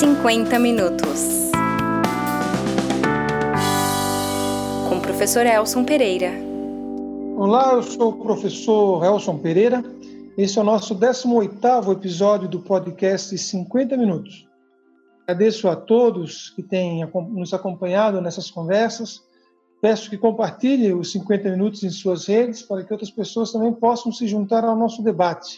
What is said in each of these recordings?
50 minutos. Com o professor Elson Pereira. Olá, eu sou o professor Elson Pereira. Esse é o nosso 18º episódio do podcast 50 minutos. Agradeço a todos que têm nos acompanhado nessas conversas. Peço que compartilhem os 50 minutos em suas redes para que outras pessoas também possam se juntar ao nosso debate.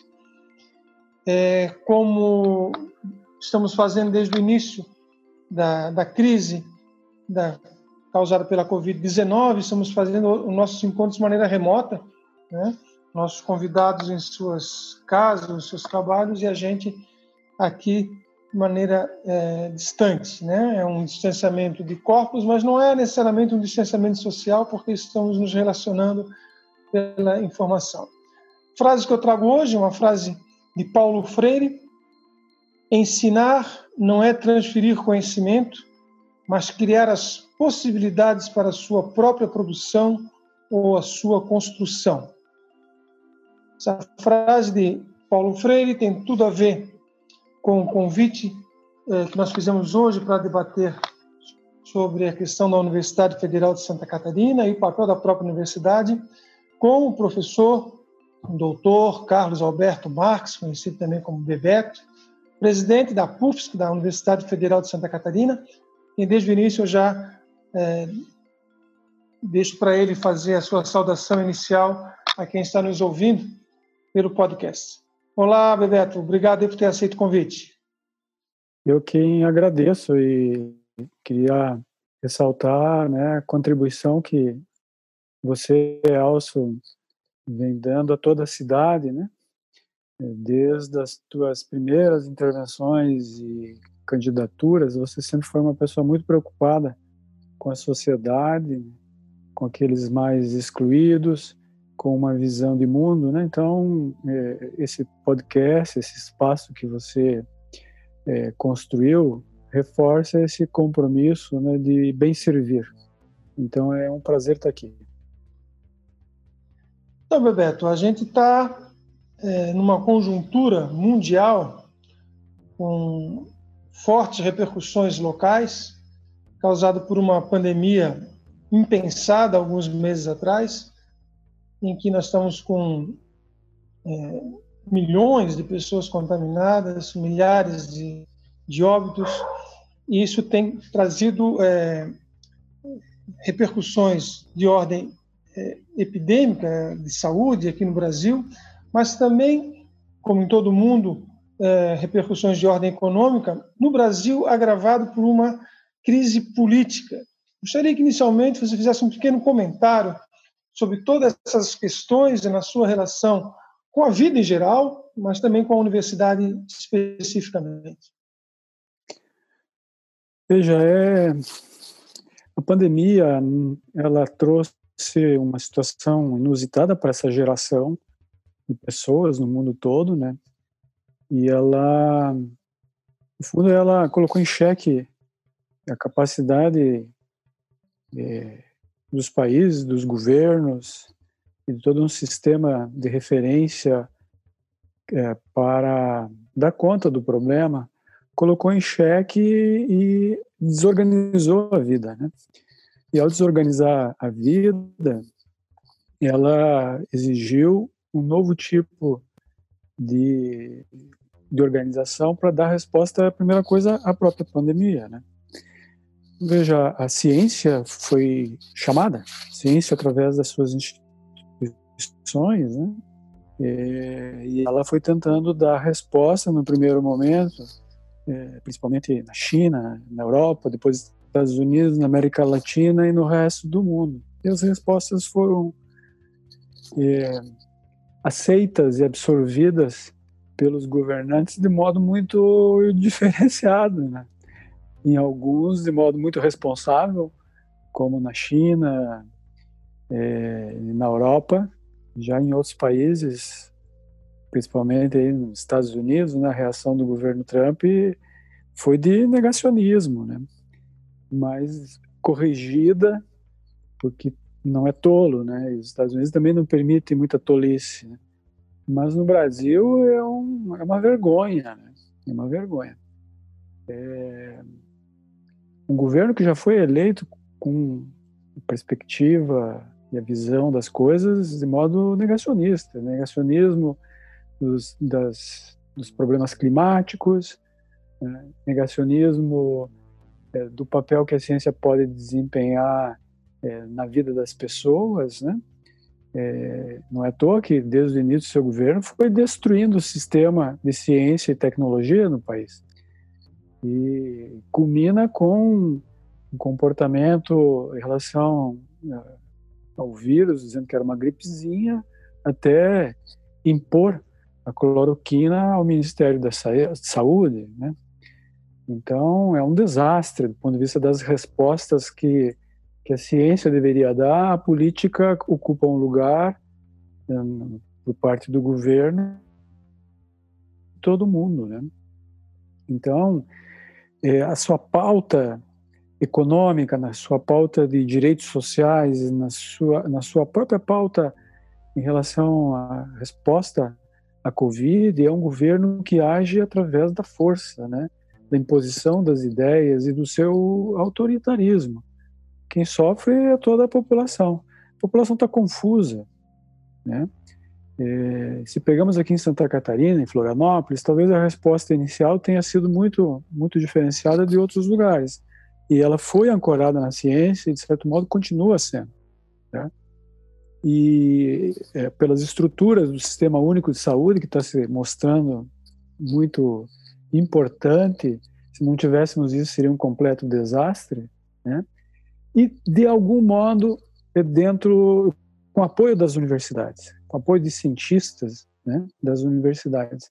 Como estamos fazendo desde o início da crise causada pela Covid-19, estamos fazendo os nossos encontros de maneira remota, né? Nossos convidados em suas casas, nos seus trabalhos, e a gente aqui de maneira distante, né? É um distanciamento de corpos, mas não é necessariamente um distanciamento social, porque estamos nos relacionando pela informação. A frase que eu trago hoje é uma frase de Paulo Freire: ensinar não é transferir conhecimento, mas criar as possibilidades para a sua própria produção ou a sua construção. Essa frase de Paulo Freire tem tudo a ver com o convite que nós fizemos hoje para debater sobre a questão da Universidade Federal de Santa Catarina e o papel da própria universidade, com o professor, o doutor Carlos Alberto Marques, conhecido também como Bebeto, presidente da PUFSC, da Universidade Federal de Santa Catarina, e desde o início eu já deixo para ele fazer a sua saudação inicial a quem está nos ouvindo pelo podcast. Olá, Bebeto, obrigado por ter aceito o convite. Eu quem agradeço e queria ressaltar, né, a contribuição que você, Elson, vem dando a toda a cidade, né? Desde as tuas primeiras intervenções e candidaturas, você sempre foi uma pessoa muito preocupada com a sociedade, com aqueles mais excluídos, com uma visão de mundo, né? Então, esse podcast, esse espaço que você construiu, reforça esse compromisso, né, de bem servir. Então, é um prazer estar aqui. Então, Bebeto, a gente está numa conjuntura mundial com fortes repercussões locais, causada por uma pandemia impensada alguns meses atrás, em que nós estamos com milhões de pessoas contaminadas, milhares de óbitos, e isso tem trazido repercussões de ordem epidêmica, de saúde aqui no Brasil, mas também, como em todo o mundo, repercussões de ordem econômica, no Brasil agravado por uma crise política. Gostaria que inicialmente você fizesse um pequeno comentário sobre todas essas questões na sua relação com a vida em geral, mas também com a universidade especificamente. Veja, a pandemia, ela trouxe uma situação inusitada para essa geração de pessoas no mundo todo, né? E ela, no fundo, ela colocou em xeque a capacidade dos países, dos governos e de todo um sistema de referência para dar conta do problema, colocou em xeque e desorganizou a vida, né? E ao desorganizar a vida, ela exigiu um novo tipo de organização para dar resposta, a primeira coisa, à própria pandemia, né? Veja, a ciência foi chamada, ciência através das suas instituições, né? E ela foi tentando dar resposta no primeiro momento, principalmente na China, na Europa, depois nos Estados Unidos, na América Latina e no resto do mundo. E as respostas foram aceitas e absorvidas pelos governantes de modo muito diferenciado, né? Em alguns de modo muito responsável, como na China, na Europa, já em outros países, principalmente aí nos Estados Unidos, a reação do governo Trump foi de negacionismo, né? Mas corrigida, porque não é tolo, né? E os Estados Unidos também não permitem muita tolice, né? Mas no Brasil é uma vergonha, né? É uma vergonha. Um governo que já foi eleito com perspectiva e a visão das coisas de modo negacionista, negacionismo dos problemas climáticos, né? Negacionismo do papel que a ciência pode desempenhar na vida das pessoas, né? Não é à toa que, desde o início do seu governo, foi destruindo o sistema de ciência e tecnologia no país. E culmina com um comportamento em relação ao vírus, dizendo que era uma gripezinha, até impor a cloroquina ao Ministério da Saúde, né? Então, é um desastre do ponto de vista das respostas que a ciência deveria dar. A política ocupa um lugar por parte do governo, todo mundo, né? Então, a sua pauta econômica, na sua pauta de direitos sociais, na sua própria pauta em relação à resposta à Covid, é um governo que age através da força, né? Da imposição das ideias e do seu autoritarismo. Quem sofre é toda a população. A população está confusa, né? Se pegamos aqui em Santa Catarina, em Florianópolis, talvez a resposta inicial tenha sido muito, muito diferenciada de outros lugares. E ela foi ancorada na ciência e, de certo modo, continua sendo, né? E pelas estruturas do Sistema Único de Saúde, que está se mostrando muito importante, se não tivéssemos isso, seria um completo desastre, né? E, de algum modo, com apoio das universidades, com apoio de cientistas, né, das universidades.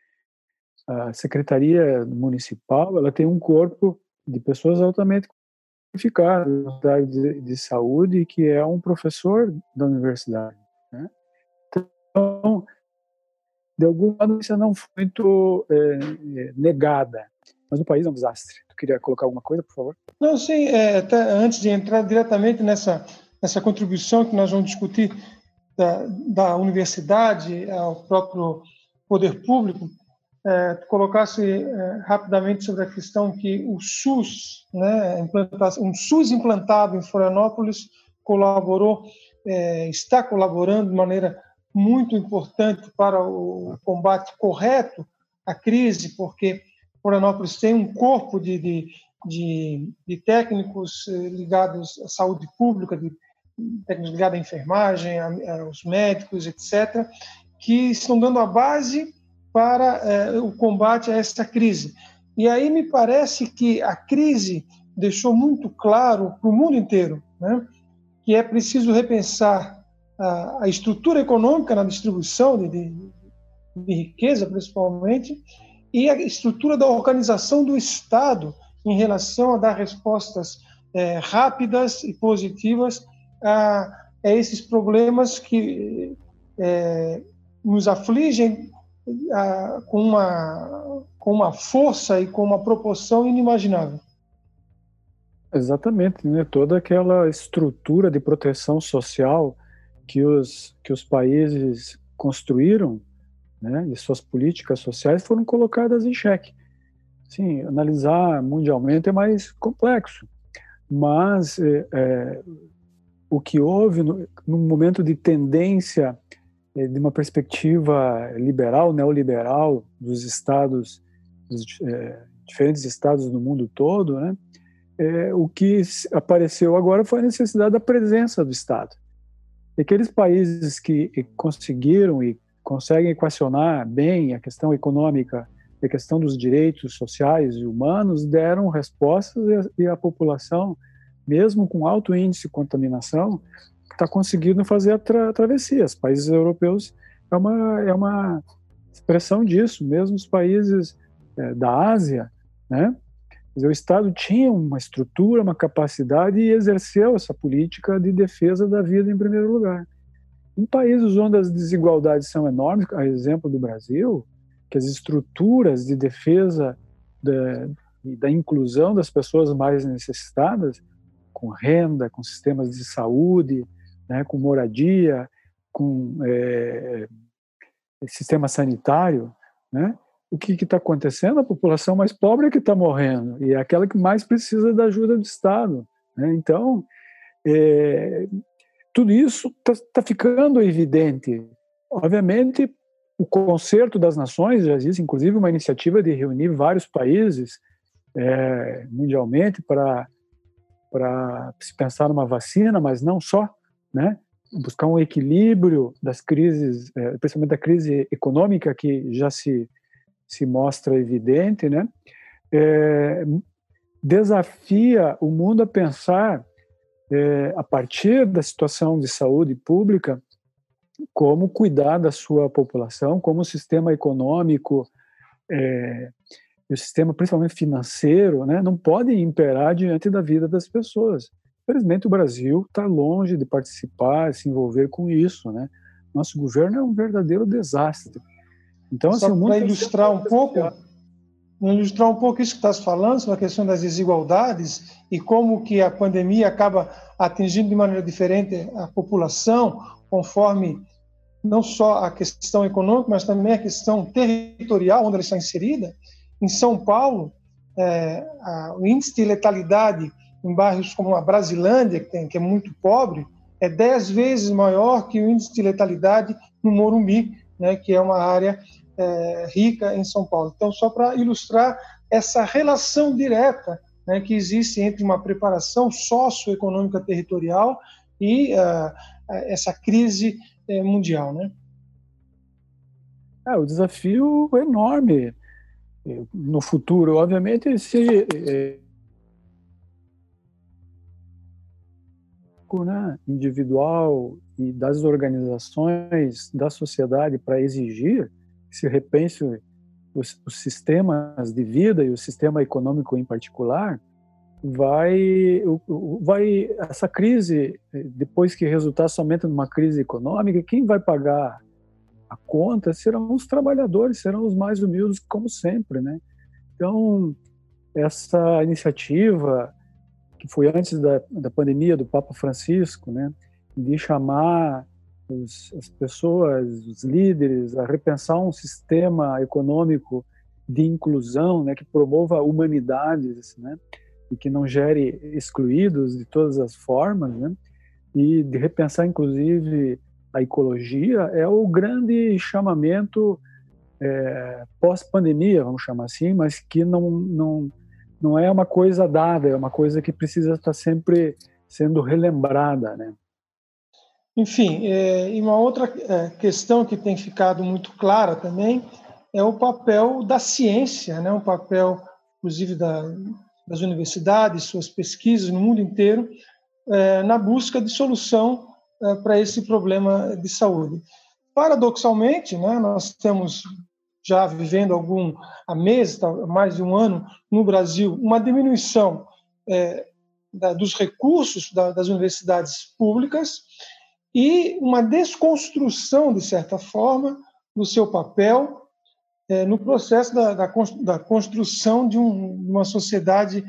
A Secretaria Municipal, ela tem um corpo de pessoas altamente qualificadas da área de saúde, que é um professor da universidade, né? Então, de algum modo, isso não foi muito negada. Mas o país é um desastre. Tu queria colocar alguma coisa, por favor? Não, sim, até antes de entrar diretamente nessa contribuição que nós vamos discutir da universidade ao próprio poder público, colocasse rapidamente sobre a questão que o SUS, né, um SUS implantado em Florianópolis, está colaborando de maneira muito importante para o combate correto à crise, porque Florianópolis tem um corpo de técnicos ligados à saúde pública, de técnicos ligados à enfermagem, aos médicos, etc., que estão dando a base para o combate a essa crise. E aí me parece que a crise deixou muito claro para o mundo inteiro, né, que é preciso repensar a estrutura econômica na distribuição de riqueza, principalmente, e a estrutura da organização do Estado em relação a dar respostas rápidas e positivas a esses problemas que nos afligem com uma força e com uma proporção inimaginável. Exatamente, né? Toda aquela estrutura de proteção social que os países construíram, né, e suas políticas sociais foram colocadas em xeque. Sim, analisar mundialmente é mais complexo, mas o que houve num momento de tendência de uma perspectiva liberal, neoliberal dos estados, dos diferentes estados do mundo todo, né, o que apareceu agora foi a necessidade da presença do Estado. E aqueles países que conseguiram e conseguem equacionar bem a questão econômica e a questão dos direitos sociais e humanos deram respostas e a população, mesmo com alto índice de contaminação, está conseguindo fazer a travessia. Os países europeus é uma expressão disso, mesmo os países da Ásia, né? Quer dizer, o Estado tinha uma estrutura, uma capacidade e exerceu essa política de defesa da vida em primeiro lugar. Em países onde as desigualdades são enormes, a exemplo do Brasil, que as estruturas de defesa da inclusão das pessoas mais necessitadas, com renda, com sistemas de saúde, né, com moradia, com sistema sanitário, né, o que está acontecendo? A população mais pobre é que está morrendo, e é aquela que mais precisa da ajuda do Estado, né? Então, tudo isso está ficando evidente. Obviamente, o Concerto das Nações já existe, inclusive, uma iniciativa de reunir vários países mundialmente para se pensar numa vacina, mas não só, né? Buscar um equilíbrio das crises, principalmente da crise econômica, que já se mostra evidente, né? Desafia o mundo a pensar, a partir da situação de saúde pública, como cuidar da sua população, como o sistema econômico e o sistema, principalmente financeiro, né, não podem imperar diante da vida das pessoas. Infelizmente, o Brasil está longe de participar, se envolver com isso, né? Nosso governo é um verdadeiro desastre. Então, só assim, para ilustrar um pouco isso que estás falando, sobre a questão das desigualdades e como que a pandemia acaba atingindo de maneira diferente a população, conforme não só a questão econômica, mas também a questão territorial onde ela está inserida. Em São Paulo, o índice de letalidade em bairros como a Brasilândia, que é muito pobre, é 10 vezes maior que o índice de letalidade no Morumbi, né, que é uma área rica em São Paulo. Então, só para ilustrar essa relação direta, né, que existe entre uma preparação socioeconômica territorial e essa crise mundial, né? O desafio é enorme no futuro. Obviamente, se individual e das organizações da sociedade para exigir que se repense os sistemas de vida e o sistema econômico em particular, essa crise, depois que resultar somente numa crise econômica, quem vai pagar a conta serão os trabalhadores, serão os mais humildes, como sempre, né? Então, essa iniciativa que foi antes da pandemia, do Papa Francisco, né, de chamar as pessoas, os líderes, a repensar um sistema econômico de inclusão, né, que promova humanidades, né, e que não gere excluídos de todas as formas, né, e de repensar, inclusive, a ecologia, é o grande chamamento pós-pandemia, vamos chamar assim, mas que não é uma coisa dada, é uma coisa que precisa estar sempre sendo relembrada, né? Enfim, e uma outra questão que tem ficado muito clara também é o papel da ciência, né? O papel, inclusive, das universidades, suas pesquisas no mundo inteiro, na busca de solução para esse problema de saúde. Paradoxalmente, né, nós estamos já vivendo há meses, mais de um ano, no Brasil, uma diminuição dos recursos das universidades públicas e uma desconstrução, de certa forma, do seu papel no processo da construção de uma sociedade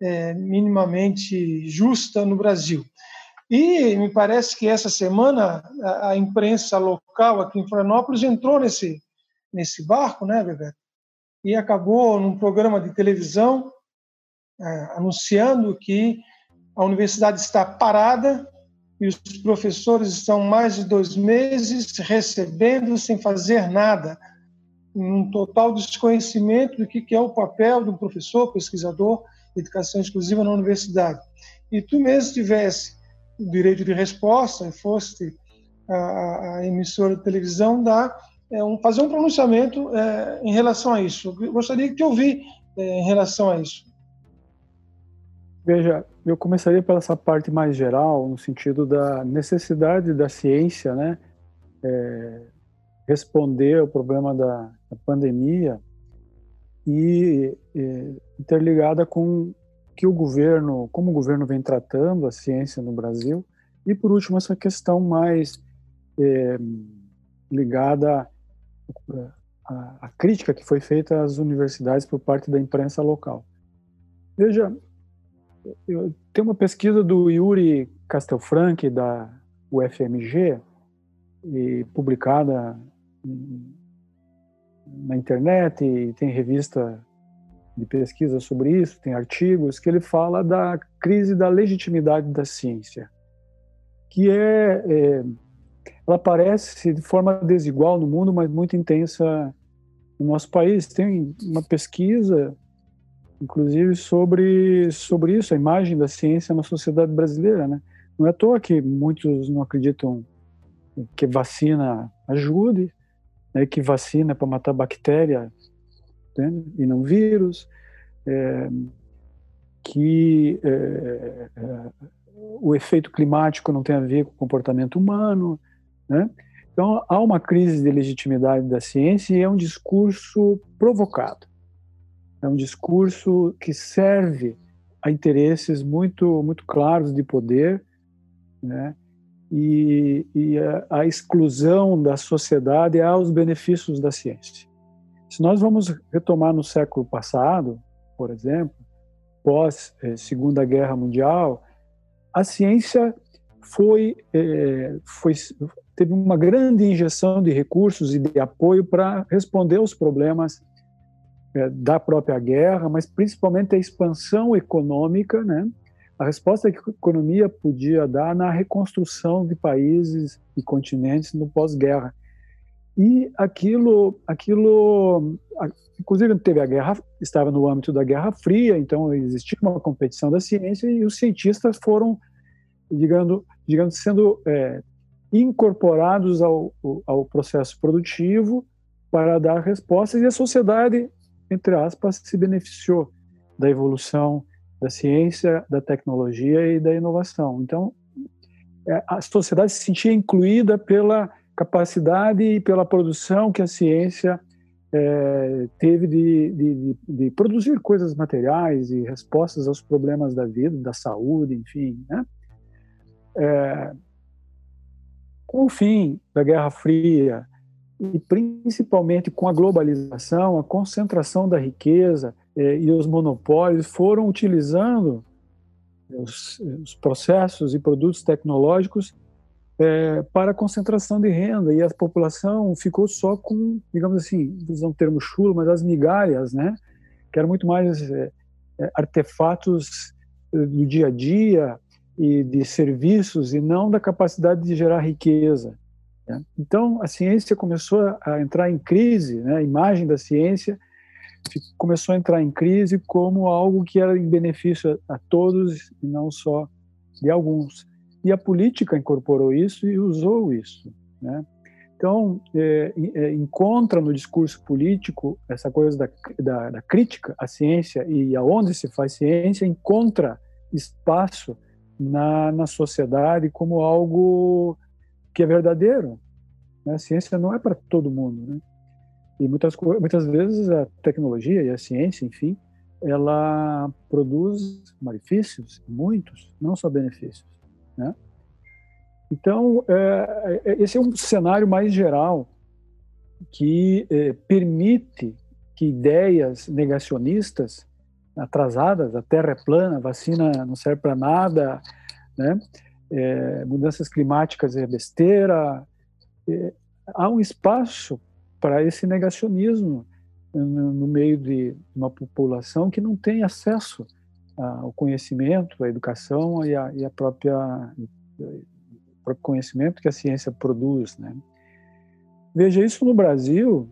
minimamente justa no Brasil. E me parece que essa semana a imprensa local aqui em Florianópolis entrou nesse barco, né, Bebeto? E acabou num programa de televisão anunciando que a universidade está parada e os professores estão mais de 2 meses recebendo sem fazer nada, um total desconhecimento do que é o papel de um professor, pesquisador de educação exclusiva na universidade. E tu mesmo tivesse o direito de resposta e fosse a emissora de televisão fazer um pronunciamento em relação a isso. Eu gostaria de te ouvir em relação a isso. Veja, eu começaria pela essa parte mais geral, no sentido da necessidade da ciência, né, responder ao problema da pandemia e interligada com como o governo vem tratando a ciência no Brasil, e por último essa questão mais ligada à crítica que foi feita às universidades por parte da imprensa local. Veja, tem uma pesquisa do Yuri Castelfranchi, da UFMG, e publicada na internet e tem revista de pesquisa sobre isso, tem artigos, que ele fala da crise da legitimidade da ciência, que ela aparece de forma desigual no mundo, mas muito intensa no nosso país. Tem uma pesquisa, inclusive, sobre isso, a imagem da ciência na sociedade brasileira, né? Não é à toa que muitos não acreditam que vacina ajude, né, que vacina é para matar bactéria, né, e não vírus, que o efeito climático não tem a ver com o comportamento humano, né? Então, há uma crise de legitimidade da ciência e é um discurso provocado. É um discurso que serve a interesses muito, muito claros de poder, né? E a exclusão da sociedade aos benefícios da ciência. Se nós vamos retomar no século passado, por exemplo, pós Segunda Guerra Mundial, a ciência teve uma grande injeção de recursos e de apoio para responder aos problemas da própria guerra, mas principalmente a expansão econômica, né? A resposta que a economia podia dar na reconstrução de países e continentes no pós-guerra. E aquilo, inclusive teve a guerra, estava no âmbito da Guerra Fria, então existia uma competição da ciência e os cientistas foram, digamos sendo incorporados ao processo produtivo para dar respostas, e a sociedade, entre aspas, se beneficiou da evolução da ciência, da tecnologia e da inovação. Então, a sociedade se sentia incluída pela capacidade e pela produção que a ciência teve de produzir coisas materiais e respostas aos problemas da vida, da saúde, enfim, né? Com o fim da Guerra Fria e principalmente com a globalização, a concentração da riqueza e os monopólios foram utilizando os processos e produtos tecnológicos para a concentração de renda, e a população ficou só com, digamos assim, usar um termo chulo, mas as migalhas, né? Que eram muito mais artefatos do dia a dia e de serviços, e não da capacidade de gerar riqueza, né? Então, a ciência começou a entrar em crise, né? A imagem da ciência começou a entrar em crise como algo que era em benefício a todos e não só de alguns. E a política incorporou isso e usou isso, né? Então, encontra no discurso político essa coisa da crítica à ciência, e aonde se faz ciência, encontra espaço na sociedade como algo que é verdadeiro, né? A ciência não é para todo mundo, né? E muitas vezes a tecnologia e a ciência, enfim, ela produz malefícios, muitos, não só benefícios, né? Então, esse é um cenário mais geral que permite que ideias negacionistas atrasadas, a Terra é plana, a vacina não serve para nada, né? Mudanças climáticas é besteira, há um espaço para esse negacionismo no meio de uma população que não tem acesso ao conhecimento, à educação e a próprio conhecimento que a ciência produz, né? Veja, isso no Brasil,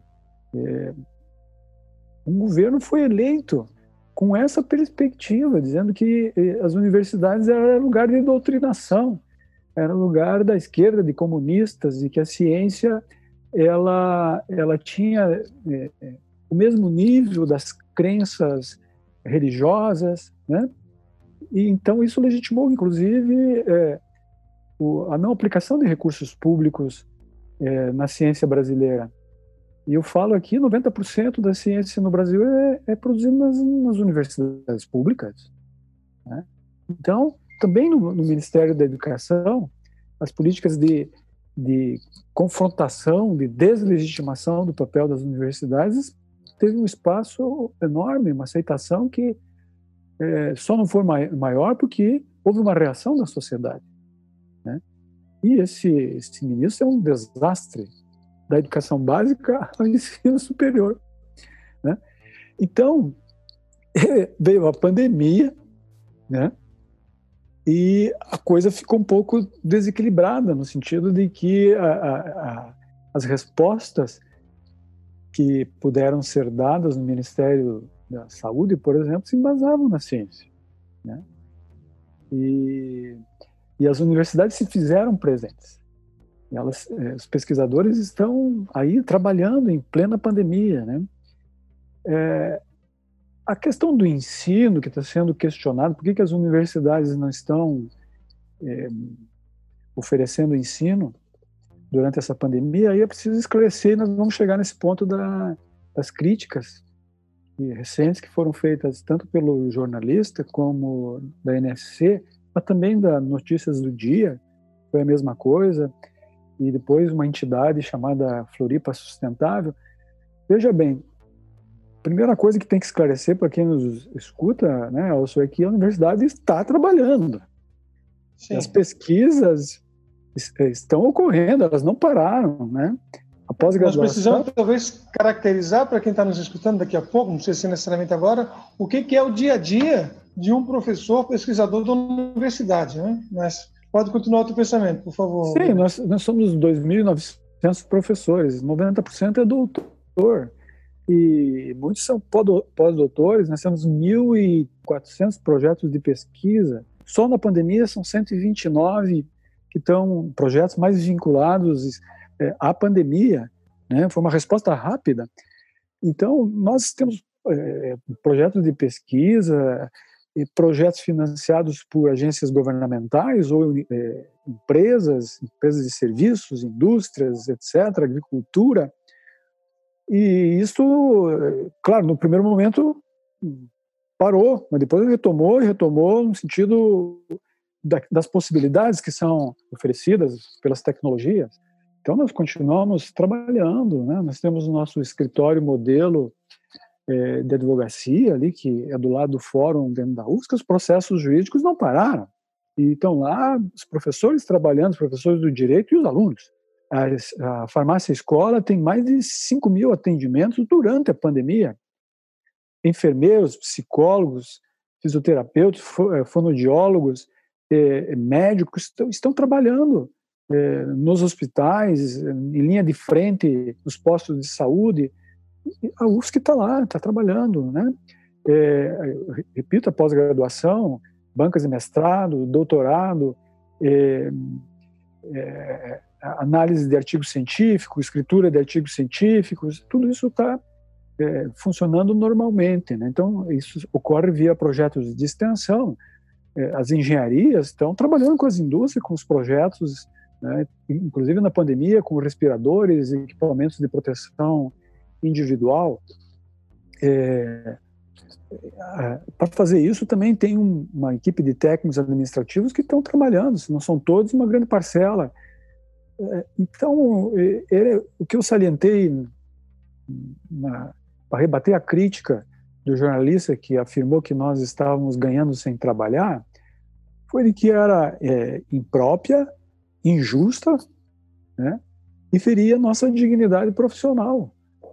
um governo foi eleito com essa perspectiva, dizendo que as universidades eram lugar de doutrinação, era lugar da esquerda, de comunistas, e que a ciência ela tinha o mesmo nível das crenças religiosas, né? E então isso legitimou, inclusive, a não aplicação de recursos públicos na ciência brasileira. E eu falo aqui, 90% da ciência no Brasil é produzida nas universidades públicas, né? Então, também no Ministério da Educação, as políticas de confrontação, de deslegitimação do papel das universidades teve um espaço enorme, uma aceitação que só não foi maior porque houve uma reação da sociedade, né? E esse ministro é um desastre da educação básica ao ensino superior, né? Então, veio a pandemia, né? E a coisa ficou um pouco desequilibrada, no sentido de que as respostas que puderam ser dadas no Ministério da Saúde, por exemplo, se embasavam na ciência, né? E as universidades se fizeram presentes. Os pesquisadores estão aí trabalhando em plena pandemia, né? A questão do ensino que está sendo questionado, por que as universidades não estão oferecendo ensino durante essa pandemia, aí é preciso esclarecer, e nós vamos chegar nesse ponto das críticas recentes que foram feitas tanto pelo jornalista como da NSC, mas também da Notícias do Dia, foi a mesma coisa, e depois uma entidade chamada Floripa Sustentável. Veja bem, a primeira coisa que tem que esclarecer para quem nos escuta, né, é que a universidade está trabalhando. As pesquisas estão ocorrendo, elas não pararam, né? A pós-graduação... Nós precisamos, talvez, caracterizar para quem está nos escutando daqui a pouco, não sei se necessariamente agora, o que é o dia a dia de um professor pesquisador da universidade, né? Mas pode continuar o teu pensamento, por favor. Sim, nós somos 2.900 professores, 90% é doutor, e muitos são pós-doutores. Nós temos 1.400 projetos de pesquisa. Só na pandemia são 129 que estão projetos mais vinculados à pandemia, né? Foi uma resposta rápida. Então, nós temos projetos de pesquisa, projetos financiados por agências governamentais ou empresas de serviços, indústrias, etc., agricultura. E isso, claro, no primeiro momento parou, mas depois retomou no sentido das possibilidades que são oferecidas pelas tecnologias. Então, nós continuamos trabalhando, né? Nós temos o nosso escritório modelo de advocacia ali, que é do lado do fórum dentro da UFSC. Os processos jurídicos não pararam. E estão lá os professores trabalhando, os professores do direito e os alunos. A farmácia escola tem mais de 5.000 atendimentos durante a pandemia. Enfermeiros, psicólogos, fisioterapeutas, fonoaudiólogos, médicos estão trabalhando nos hospitais, em linha de frente, nos postos de saúde. A UFSC está lá, está trabalhando, né? Repito, a pós-graduação, bancas de mestrado, doutorado, análise de artigos científicos, escritura de artigos científicos, tudo isso está funcionando normalmente, né? Então, isso ocorre via projetos de extensão. As engenharias estão trabalhando com as indústrias, com os projetos, né? Inclusive na pandemia, com respiradores, equipamentos de proteção individual. Para fazer isso, também tem uma equipe de técnicos administrativos que estão trabalhando, se não são todos, uma grande parcela. Então, o que eu salientei para rebater a crítica do jornalista que afirmou que nós estávamos ganhando sem trabalhar, foi de que era imprópria, injusta, né, e feria a nossa dignidade profissional.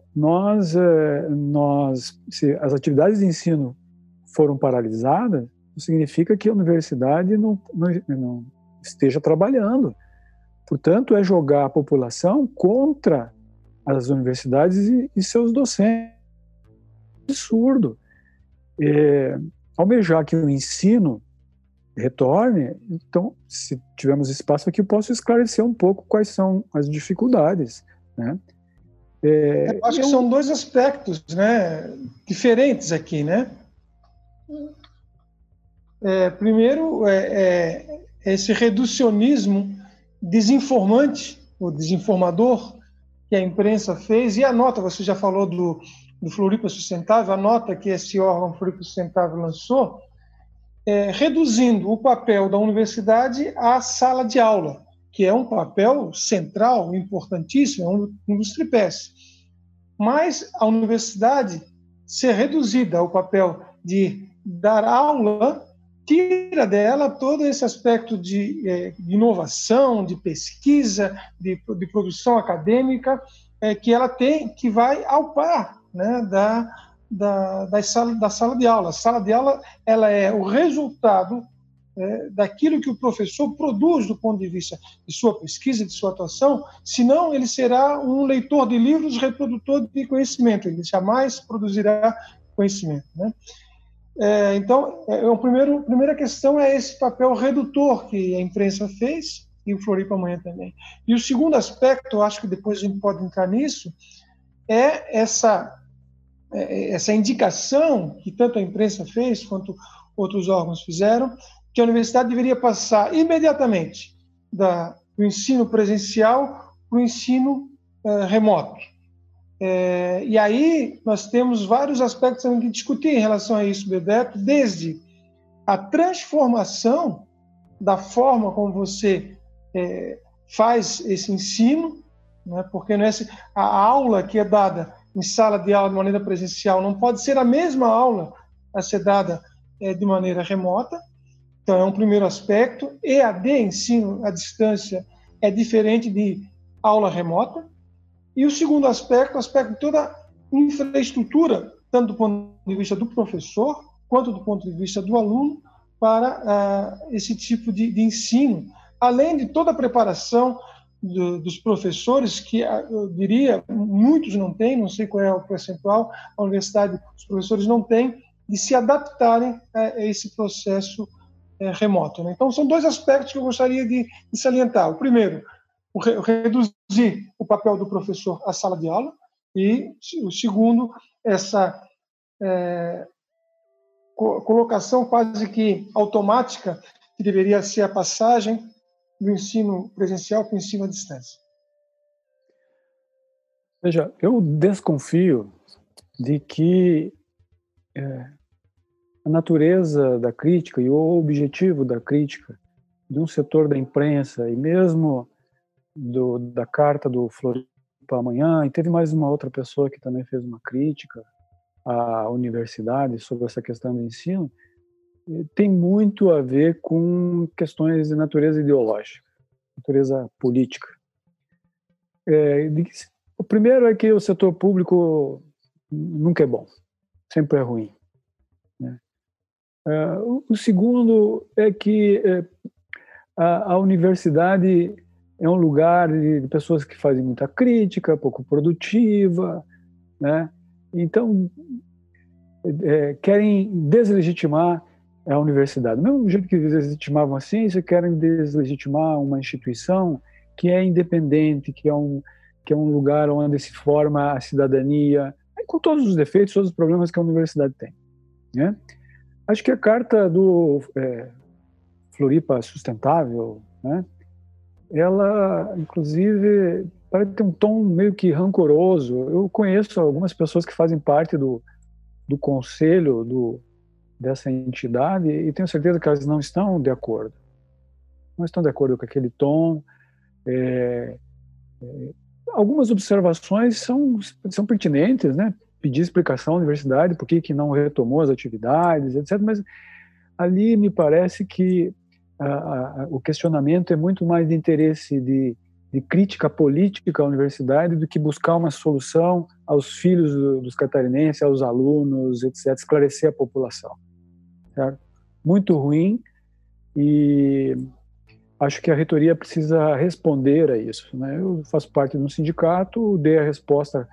Se as atividades de ensino foram paralisadas, significa que a universidade não esteja trabalhando. Portanto, é jogar a população contra as universidades e seus docentes. Absurdo. Almejar que o ensino retorne. Então, se tivermos espaço aqui, eu posso esclarecer um pouco quais são as dificuldades, né? Eu acho que são dois aspectos, né, diferentes aqui, né? Primeiro, esse reducionismo desinformante, ou desinformador, que a imprensa fez, e a nota, você já falou do Floripa Sustentável, a nota que esse órgão Floripa Sustentável lançou, reduzindo o papel da universidade à sala de aula, que é um papel central, importantíssimo, é um dos tripés. Mas a universidade ser reduzida ao papel de dar aula tira dela todo esse aspecto de inovação, de pesquisa, de produção acadêmica, que ela tem, que vai ao par, né, da sala de aula. A sala de aula, ela é o resultado daquilo que o professor produz do ponto de vista de sua pesquisa, de sua atuação, senão ele será um leitor de livros, reprodutor de conhecimento, ele jamais produzirá conhecimento, né? Então, a primeira questão é esse papel redutor que a imprensa fez, e o Floripa Amanhã também. E o segundo aspecto, eu acho que depois a gente pode entrar nisso, é essa indicação que tanto a imprensa fez quanto outros órgãos fizeram, que a universidade deveria passar imediatamente do ensino presencial para o ensino remoto. E aí nós temos vários aspectos que discutir em relação a isso, Bebeto, desde a transformação da forma como você faz esse ensino, né? Porque a aula que é dada em sala de aula de maneira presencial não pode ser a mesma aula a ser dada de maneira remota. Então, é um primeiro aspecto. EAD, ensino à distância, é diferente de aula remota. E o segundo aspecto, o aspecto de toda a infraestrutura, tanto do ponto de vista do professor, quanto do ponto de vista do aluno, para esse tipo de ensino. Além de toda a preparação dos professores, que eu diria, muitos não têm, não sei qual é o percentual, a universidade, os professores não têm, de se adaptarem a esse processo remoto, né? Então, são dois aspectos que eu gostaria de salientar. O primeiro, reduzir o papel do professor à sala de aula, e o segundo, essa colocação quase que automática que deveria ser a passagem do ensino presencial para o ensino à distância. Veja, eu desconfio de que a natureza da crítica e o objetivo da crítica de um setor da imprensa e mesmo da carta do Floripa Amanhã, e teve mais uma outra pessoa que também fez uma crítica à universidade sobre essa questão do ensino, tem muito a ver com questões de natureza ideológica, natureza política. O primeiro é que o setor público nunca é bom, sempre é ruim, né? O segundo é que a universidade é um lugar de pessoas que fazem muita crítica, pouco produtiva, né? Então, querem deslegitimar a universidade. Do mesmo jeito que deslegitimavam a ciência, querem deslegitimar uma instituição que é independente, que é um lugar onde se forma a cidadania, com todos os defeitos, todos os problemas que a universidade tem, né? Acho que a carta do Floripa Sustentável, né, ela, inclusive, parece ter um tom meio que rancoroso. Eu conheço algumas pessoas que fazem parte do conselho dessa entidade e tenho certeza que elas não estão de acordo. Não estão de acordo com aquele tom. Algumas observações são pertinentes, né? Pedir explicação à universidade por que não retomou as atividades, etc. Mas ali me parece que o questionamento é muito mais de interesse de crítica política à universidade do que buscar uma solução aos filhos dos catarinenses, aos alunos, etc., esclarecer a população. Certo? Muito ruim, e acho que a reitoria precisa responder a isso, né? Eu faço parte de um sindicato, dei a resposta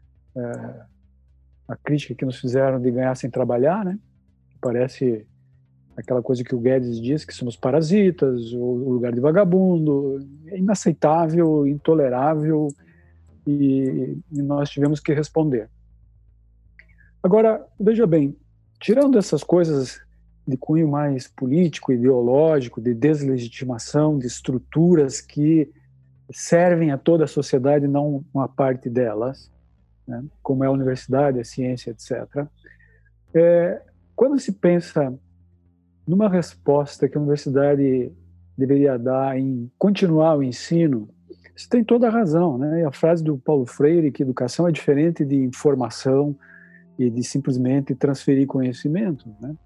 à crítica que nos fizeram de ganhar sem trabalhar, né? Parece aquela coisa que o Guedes diz, que somos parasitas, o lugar de vagabundo, é inaceitável, intolerável, e nós tivemos que responder. Agora, veja bem, tirando essas coisas de cunho mais político, ideológico, de deslegitimação de estruturas que servem a toda a sociedade, não uma parte delas, né, como é a universidade, a ciência, etc. Quando se pensa numa resposta que a universidade deveria dar em continuar o ensino, você tem toda a razão, né? A frase do Paulo Freire, que educação é diferente de informação e de simplesmente transferir conhecimento, né?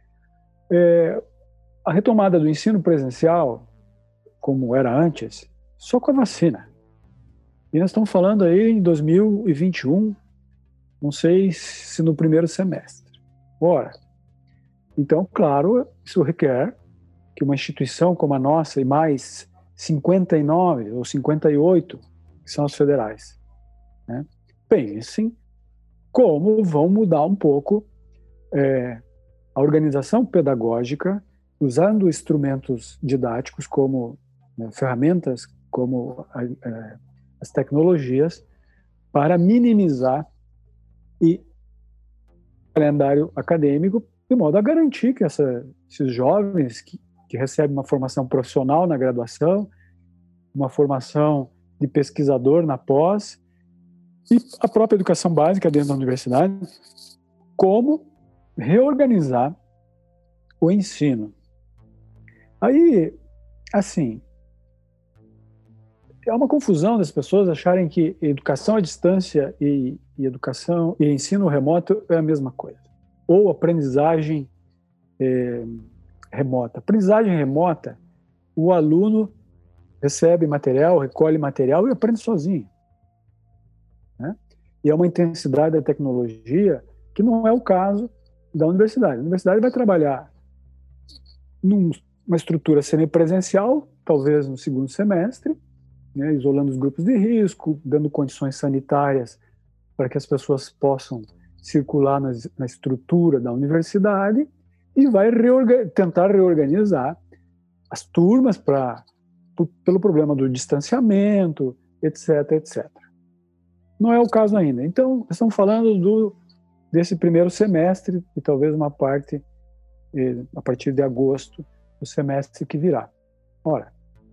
A retomada do ensino presencial, como era antes, só com a vacina. E nós estamos falando aí em 2021, não sei se no primeiro semestre. Ora, então, claro, isso requer que uma instituição como a nossa, e mais 59 ou 58, que são as federais, né, pensem como vão mudar um pouco a organização pedagógica, usando instrumentos didáticos como, né, ferramentas como as tecnologias, para minimizar o calendário acadêmico, de modo a garantir que esses jovens que recebem uma formação profissional na graduação, uma formação de pesquisador na pós, e a própria educação básica dentro da universidade, como reorganizar o ensino. Aí, assim, é uma confusão das pessoas acharem que educação à distância e educação e ensino remoto é a mesma coisa. Ou aprendizagem remota. Aprendizagem remota, o aluno recebe material, recolhe material e aprende sozinho, né? E é uma intensidade da tecnologia que não é o caso da universidade. A universidade vai trabalhar numa estrutura semipresencial, talvez no segundo semestre, né, isolando os grupos de risco, dando condições sanitárias para que as pessoas possam circular na estrutura da universidade, e vai tentar reorganizar as turmas pelo problema do distanciamento, etc, etc. Não é o caso ainda. Então, nós estamos falando desse primeiro semestre e talvez uma parte, a partir de agosto, do semestre que virá. Ora,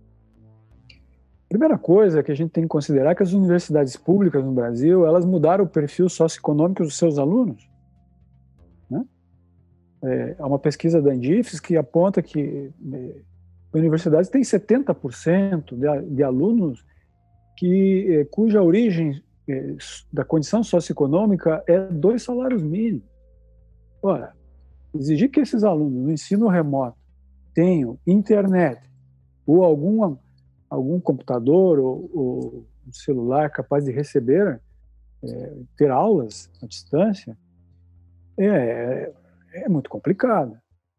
a primeira coisa que a gente tem que considerar é que as universidades públicas no Brasil, elas mudaram o perfil socioeconômico dos seus alunos. Né? Há uma pesquisa da Andifes que aponta que universidades têm 70% de alunos cuja origem da condição socioeconômica é 2 salários mínimos. Ora, exigir que esses alunos no ensino remoto tenham internet ou algum computador ou um celular capaz de receber, ter aulas à distância, é muito complicado.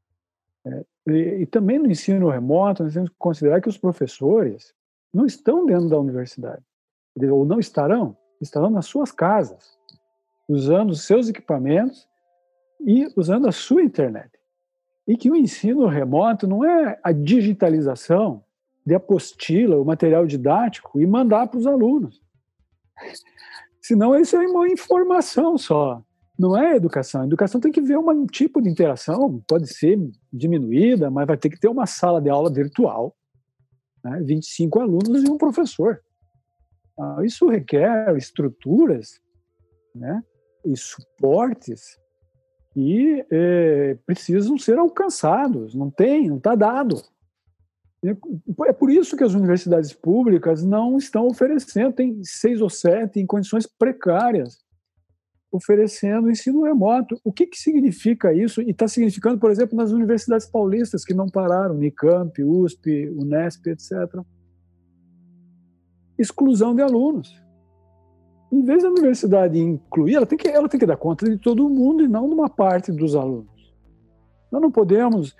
E também no ensino remoto, nós temos que considerar que os professores não estão dentro da universidade, ou não estarão nas suas casas, usando os seus equipamentos e usando a sua internet. E que o ensino remoto não é a digitalização de apostila, o material didático, e mandar para os alunos. Senão isso é uma informação só. Não é educação. A educação tem que ver um tipo de interação, pode ser diminuída, mas vai ter que ter uma sala de aula virtual, né? 25 alunos e um professor. Isso requer estruturas, né, e suportes que precisam ser alcançados. Não está dado. É por isso que as universidades públicas não estão oferecendo, tem 6 ou 7 em condições precárias, oferecendo ensino remoto. O que significa isso? E está significando, por exemplo, nas universidades paulistas, que não pararam, Unicamp, USP, Unesp, etc. Exclusão de alunos. Em vez da universidade incluir, ela tem que dar conta de todo mundo e não de uma parte dos alunos. Nós não podemos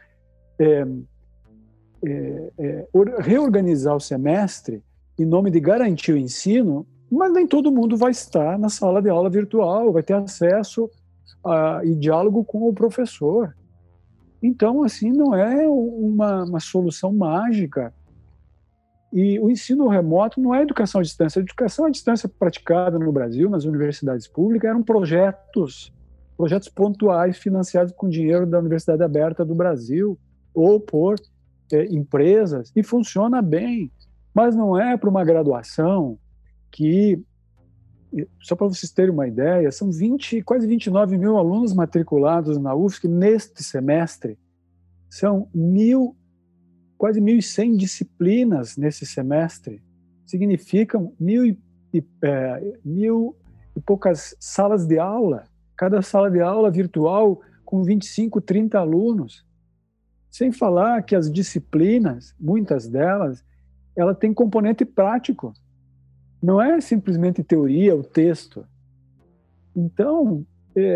reorganizar o semestre em nome de garantir o ensino, mas nem todo mundo vai estar na sala de aula virtual, vai ter acesso e diálogo com o professor. Então, assim, não é uma solução mágica. E o ensino remoto não é educação à distância. A educação à distância praticada no Brasil, nas universidades públicas, eram projetos pontuais financiados com dinheiro da Universidade Aberta do Brasil ou por empresas, e funciona bem. Mas não é para uma graduação que, só para vocês terem uma ideia, são quase 29 mil alunos matriculados na UFSC neste semestre. São quase 1.100 disciplinas nesse semestre. Significam 1.000 e poucas salas de aula, cada sala de aula virtual com 25, 30 alunos. Sem falar que as disciplinas, muitas delas, ela tem componente prático. não é simplesmente teoria, o texto. Então,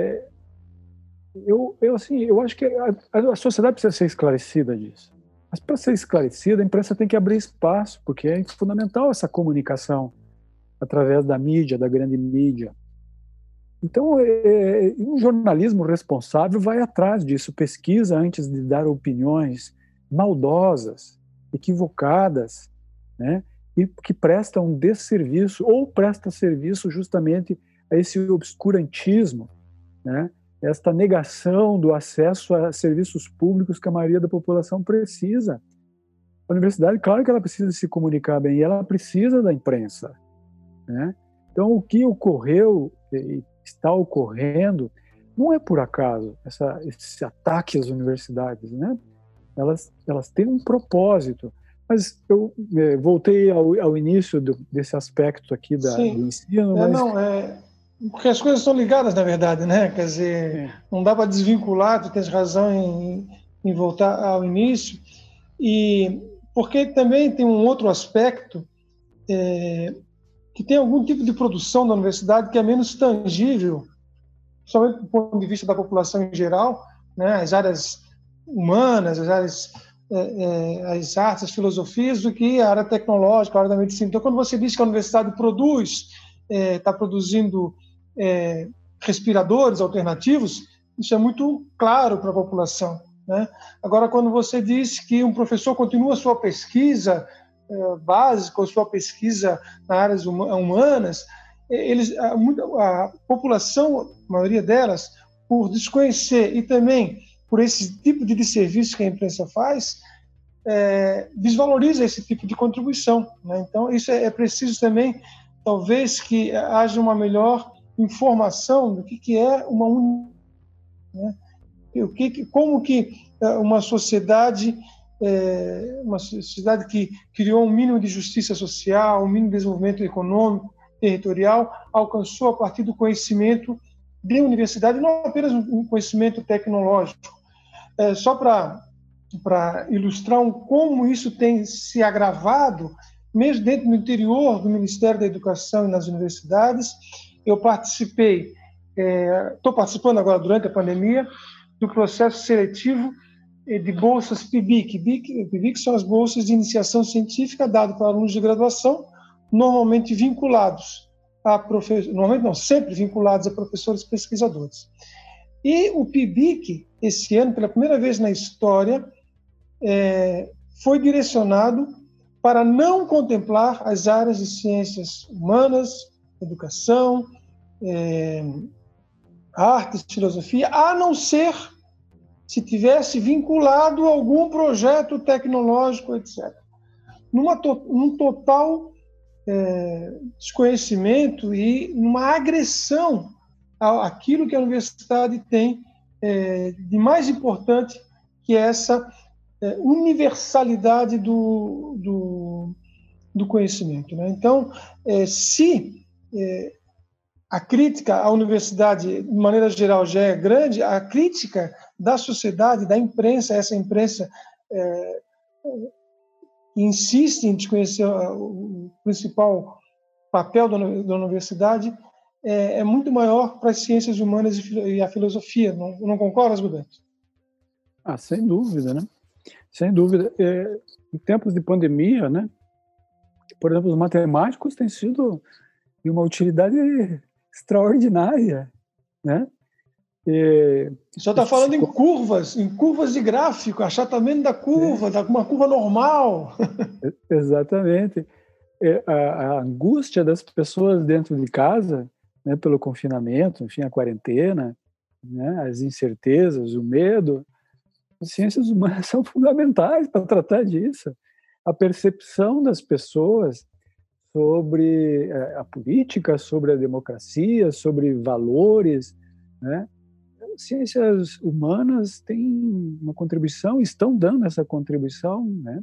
eu acho que a sociedade precisa ser esclarecida disso. Mas para ser esclarecida, a imprensa tem que abrir espaço, porque é fundamental essa comunicação através da mídia, da grande mídia. Então, um jornalismo responsável vai atrás disso, pesquisa antes de dar opiniões maldosas, equivocadas, né? E que prestam um desserviço ou presta serviço justamente a esse obscurantismo, né? Esta negação do acesso a serviços públicos que a maioria da população precisa. A universidade, claro que ela precisa se comunicar bem, e ela precisa da imprensa, né? Então, o que ocorreu e está ocorrendo não é por acaso, esse ataque às universidades, né? Elas têm um propósito. Mas eu voltei ao início desse aspecto aqui do ensino. Porque as coisas estão ligadas, na verdade, né? Quer dizer, não dá para desvincular, tu tens razão em voltar ao início. E porque também tem um outro aspecto que tem algum tipo de produção da universidade que é menos tangível, somente do ponto de vista da população em geral, né? As áreas humanas, as áreas, as artes, as filosofias, do que a área tecnológica, a área da medicina. Então, quando você diz que a universidade está produzindo respiradores alternativos, isso é muito claro para a população, né? Agora, quando você diz que um professor continua sua pesquisa básica ou sua pesquisa nas áreas humanas, a população, a maioria delas, por desconhecer e também por esse tipo de desserviço que a imprensa faz, desvaloriza esse tipo de contribuição, né? Então, isso é preciso também, talvez, que haja uma melhor informação do que é uma né? Como que uma sociedade que criou um mínimo de justiça social, um mínimo de desenvolvimento econômico, territorial, alcançou a partir do conhecimento de universidade, não apenas um conhecimento tecnológico. Só para ilustrar como isso tem se agravado, mesmo dentro do interior do Ministério da Educação e nas universidades, eu estou participando agora, durante a pandemia, do processo seletivo de bolsas PIBIC. PIBIC são as bolsas de iniciação científica dadas para alunos de graduação, normalmente vinculados sempre vinculados a professores pesquisadores. E o PIBIC, esse ano, pela primeira vez na história, foi direcionado para não contemplar as áreas de ciências humanas, educação, artes, filosofia, a não ser se tivesse vinculado a algum projeto tecnológico, etc. Num total desconhecimento e numa agressão àquilo que a universidade tem de mais importante, que é essa universalidade do conhecimento, né? Então, se a crítica à universidade, de maneira geral, já é grande, a crítica da sociedade, da imprensa, essa imprensa que insiste em desconhecer o principal papel da universidade, é muito maior para as ciências humanas e a filosofia. Não concordas, Roberto? Sem dúvida, né? Sem dúvida. Em tempos de pandemia, né? Por exemplo, os matemáticos têm sido de uma utilidade extraordinária, né? Só está falando em curvas de gráfico, achatamento da curva, uma curva normal. Exatamente. A angústia das pessoas dentro de casa, né, pelo confinamento, enfim, a quarentena, né, as incertezas, o medo, as ciências humanas são fundamentais para tratar disso. A percepção das pessoas sobre a política, sobre a democracia, sobre valores, né? As ciências humanas têm uma contribuição, estão dando essa contribuição, né?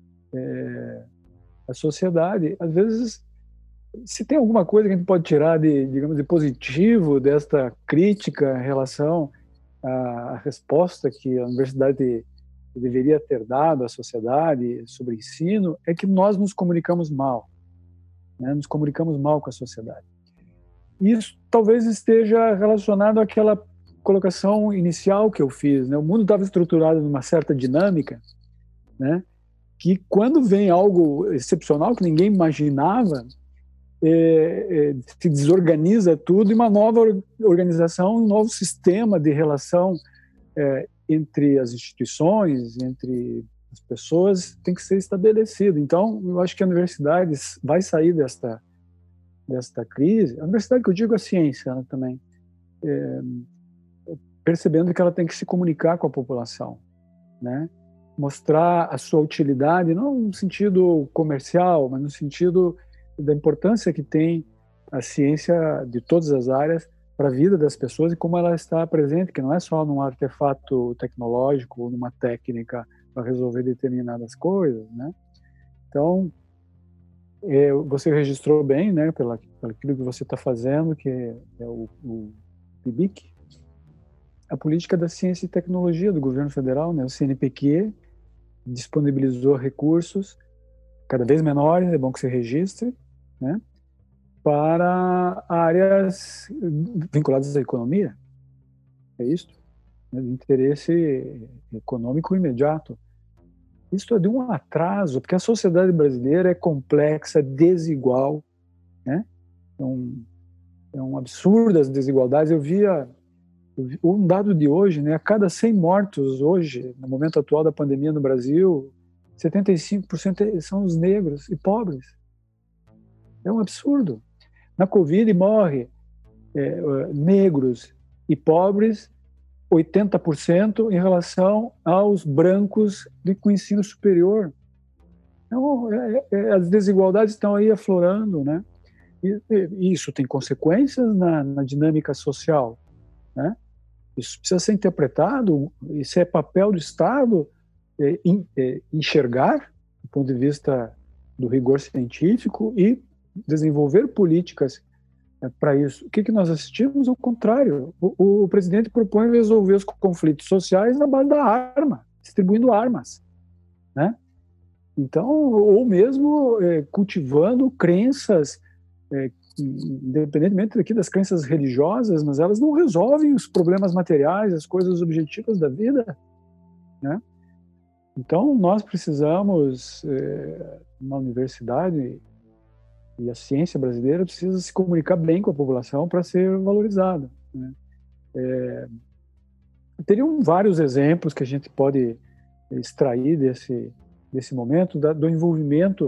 À sociedade. Às vezes, se tem alguma coisa que a gente pode tirar digamos, de positivo desta crítica em relação à resposta que a universidade deveria ter dado à sociedade sobre ensino, é que nós nos comunicamos mal. né? Nos comunicamos mal com a sociedade. Isso talvez esteja relacionado àquela colocação inicial que eu fiz, né? O mundo estava estruturado numa certa dinâmica, né? Que quando vem algo excepcional que ninguém imaginava, se desorganiza tudo e uma nova organização, um novo sistema de relação entre as instituições, entre as pessoas, tem que ser estabelecido. Então, eu acho que a universidade vai sair desta crise. A universidade, que eu digo, a ciência, né, também, percebendo que ela tem que se comunicar com a população, né? Mostrar a sua utilidade, não no sentido comercial, mas no sentido da importância que tem a ciência de todas as áreas para a vida das pessoas e como ela está presente, que não é só num artefato tecnológico ou numa técnica para resolver determinadas coisas, né? Então, você registrou bem, né, pelo aquilo que você está fazendo, que é o PIBIC, a Política da Ciência e Tecnologia do Governo Federal, né, o CNPq, disponibilizou recursos cada vez menores, é bom que se registre, né, para áreas vinculadas à economia. É isso, né, de interesse econômico imediato. Isso é de um atraso, porque a sociedade brasileira é complexa, desigual, né? É um absurdo as desigualdades. Eu vi um dado de hoje, né? A cada 100 mortos hoje, no momento atual da pandemia no Brasil, 75% são os negros e pobres. É um absurdo. Na Covid morre negros e pobres 80% em relação aos brancos com ensino superior. Então, as desigualdades estão aí aflorando, né? E isso tem consequências na dinâmica social, né? Isso precisa ser interpretado, isso é papel do Estado enxergar, do ponto de vista do rigor científico, e desenvolver políticas para isso. O que nós assistimos? O contrário. O presidente propõe resolver os conflitos sociais na base da arma, distribuindo armas, né? Então, ou mesmo cultivando crenças, independentemente aqui das crenças religiosas, mas elas não resolvem os problemas materiais, as coisas objetivas da vida, né? Então, nós precisamos, na universidade, e a ciência brasileira precisa se comunicar bem com a população para ser valorizada, né? Teriam vários exemplos que a gente pode extrair desse momento, do envolvimento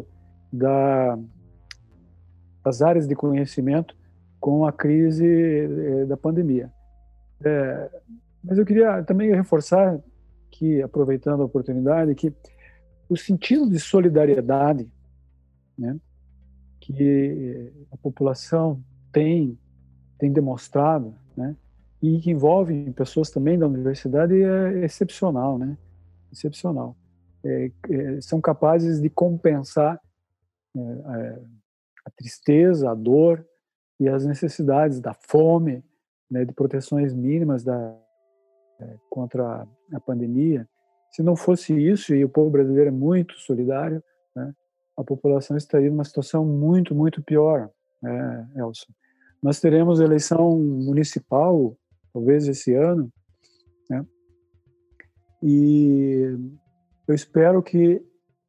das áreas de conhecimento com a crise da pandemia. Mas eu queria também reforçar que, aproveitando a oportunidade, que o sentido de solidariedade, né, que a população tem demonstrado, né, e que envolve pessoas também da universidade, é excepcional, né? Excepcional. São capazes de compensar a tristeza, a dor e as necessidades da fome, né, de proteções mínimas contra a pandemia. Se não fosse isso, e o povo brasileiro é muito solidário, né, a população estaria numa situação muito, muito pior, né, Elson. Nós teremos eleição municipal, talvez esse ano, né, e eu espero que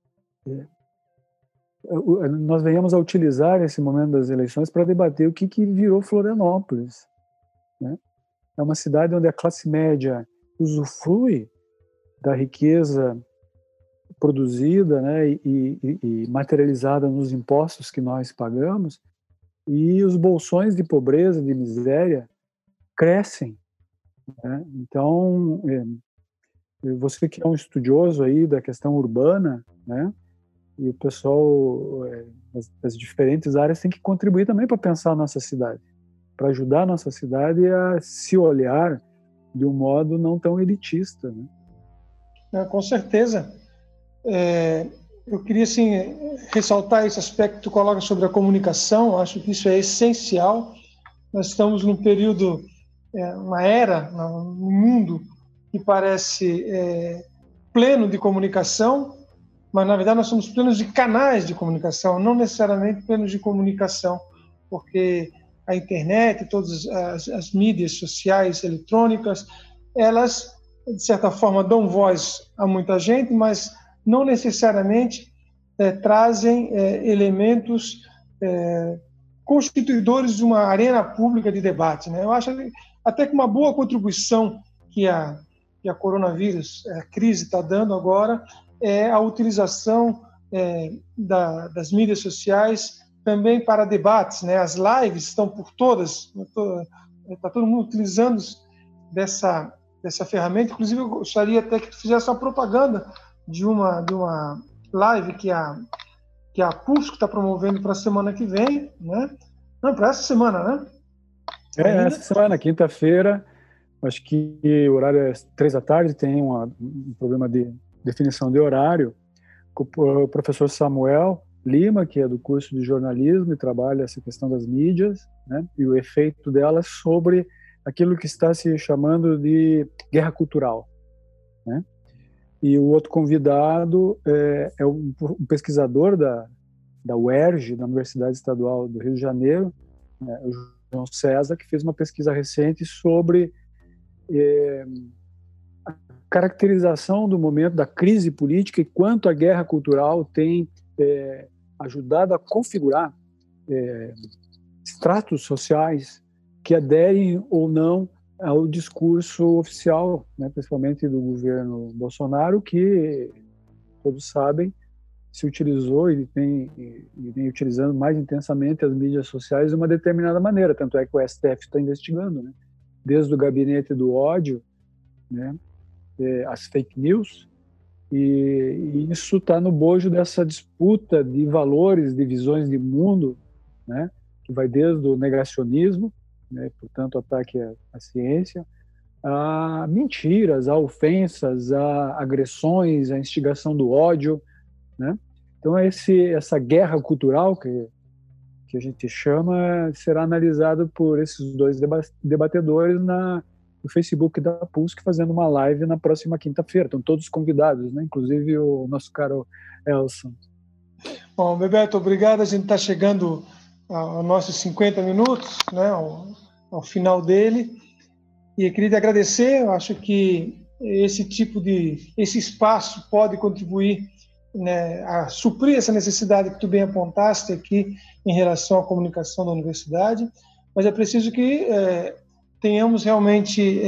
nós venhamos a utilizar esse momento das eleições para debater o que virou Florianópolis, né? É uma cidade onde a classe média usufrui da riqueza produzida, né, e materializada nos impostos que nós pagamos, e os bolsões de pobreza, de miséria, crescem, né? Então, você que é um estudioso aí da questão urbana, né, e o pessoal das diferentes áreas tem que contribuir também para pensar a nossa cidade, para ajudar a nossa cidade a se olhar de um modo não tão elitista, né? Com certeza. Eu queria, assim, ressaltar esse aspecto que tu coloca sobre a comunicação. Acho que isso é essencial. Nós estamos num período, uma era no mundo que parece pleno de comunicação, mas na verdade nós somos plenos de canais de comunicação, não necessariamente plenos de comunicação, porque a internet, todas as mídias sociais eletrônicas, elas, de certa forma, dão voz a muita gente, mas não necessariamente trazem elementos constituidores de uma arena pública de debate, né? Eu acho até que uma boa contribuição que a coronavírus, a crise está dando agora, é a utilização das mídias sociais também para debates, né? As lives estão por todas, está todo mundo utilizando dessa ferramenta. Inclusive, eu gostaria até que tu fizesse uma propaganda de uma live que a PUSC está promovendo para a semana que vem, né? Não, para essa semana, né? Essa semana, quinta-feira, acho que o horário é 15h, tem um problema de definição de horário, com o professor Samuel Lima, que é do curso de jornalismo e trabalha essa questão das mídias, né, e o efeito delas sobre aquilo que está se chamando de guerra cultural, né? E o outro convidado é um pesquisador da UERJ, da Universidade Estadual do Rio de Janeiro, né, o João César, que fez uma pesquisa recente sobre a caracterização do momento da crise política e quanto a guerra cultural tem ajudado a configurar estratos sociais que aderem ou não ao discurso oficial, né, principalmente do governo Bolsonaro, que todos sabem se utilizou e vem utilizando mais intensamente as mídias sociais de uma determinada maneira, tanto é que o STF está investigando, né, desde o gabinete do ódio, né, as fake news, e isso está no bojo dessa disputa de valores, de visões de mundo, né, que vai desde o negacionismo, né, portanto, ataque à ciência, a mentiras, a ofensas, a agressões, a instigação do ódio, né? Então, essa guerra cultural que a gente chama será analisado por esses dois debatedores no Facebook da PUSC, fazendo uma live na próxima quinta-feira. Estão todos convidados, né? Inclusive o nosso caro Elson. Bom, Bebeto, obrigado. A gente está chegando aos nossos 50 minutos, né, ao final dele. E eu queria te agradecer. Eu acho que esse espaço pode contribuir, né, a suprir essa necessidade que tu bem apontaste aqui em relação à comunicação da universidade, mas é preciso que tenhamos realmente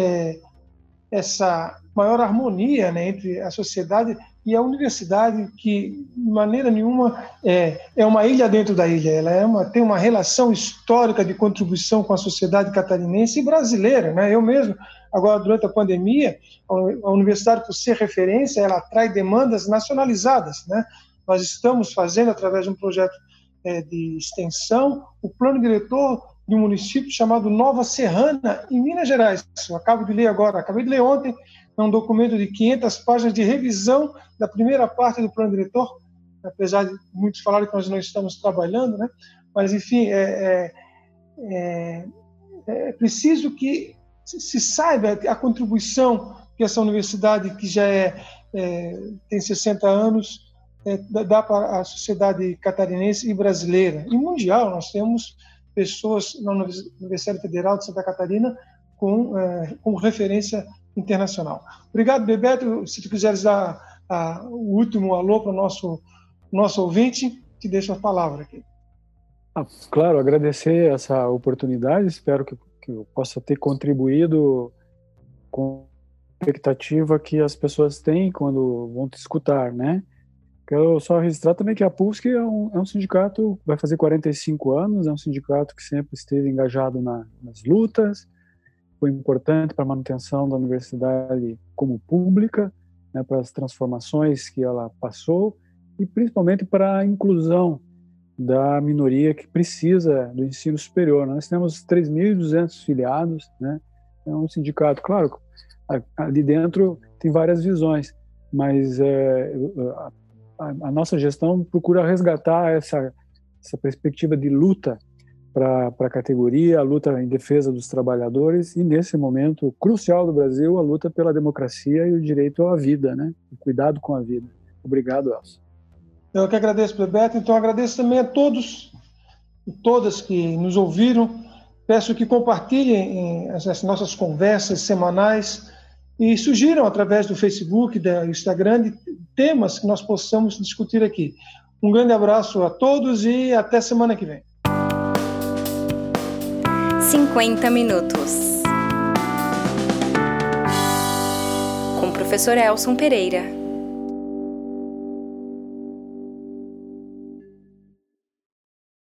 essa maior harmonia, né, entre a sociedade e a universidade, que de maneira nenhuma é uma ilha dentro da ilha. Ela tem uma relação histórica de contribuição com a sociedade catarinense e brasileira, né? Eu mesmo, agora durante a pandemia, a universidade, por ser referência, ela atrai demandas nacionalizadas, né? Nós estamos fazendo, através de um projeto de extensão, o plano diretor de um município chamado Nova Serrana, em Minas Gerais. Eu acabei de ler ontem, é um documento de 500 páginas de revisão da primeira parte do plano diretor, apesar de muitos falarem que nós não estamos trabalhando, né? Mas, enfim, é preciso que se saiba a contribuição que essa universidade, que já tem 60 anos, dá para a sociedade catarinense e brasileira. E mundial, nós temos pessoas na Universidade Federal de Santa Catarina com referência internacional. Obrigado, Bebeto. Se tu quiseres dar o último alô para o nosso ouvinte, te deixo a palavra aqui. Claro, agradecer essa oportunidade. Espero que eu possa ter contribuído com a expectativa que as pessoas têm quando vão te escutar, né? Quero só registrar também que a PUSC é um sindicato que vai fazer 45 anos, é um sindicato que sempre esteve engajado nas lutas, foi importante para a manutenção da universidade como pública, né, para as transformações que ela passou e principalmente para a inclusão da minoria que precisa do ensino superior. Nós temos 3.200 filiados, né? É um sindicato, claro, ali dentro tem várias visões, mas a nossa gestão procura resgatar essa perspectiva de luta para a categoria, a luta em defesa dos trabalhadores e, nesse momento crucial do Brasil, a luta pela democracia e o direito à vida, né? O cuidado com a vida. Obrigado, Elcio. Eu que agradeço, Bebeto. Então, agradeço também a todos e todas que nos ouviram. Peço que compartilhem as nossas conversas semanais e sugiram, através do Facebook, do Instagram, temas que nós possamos discutir aqui. Um grande abraço a todos e até semana que vem. 50 minutos. Com o professor Elson Pereira.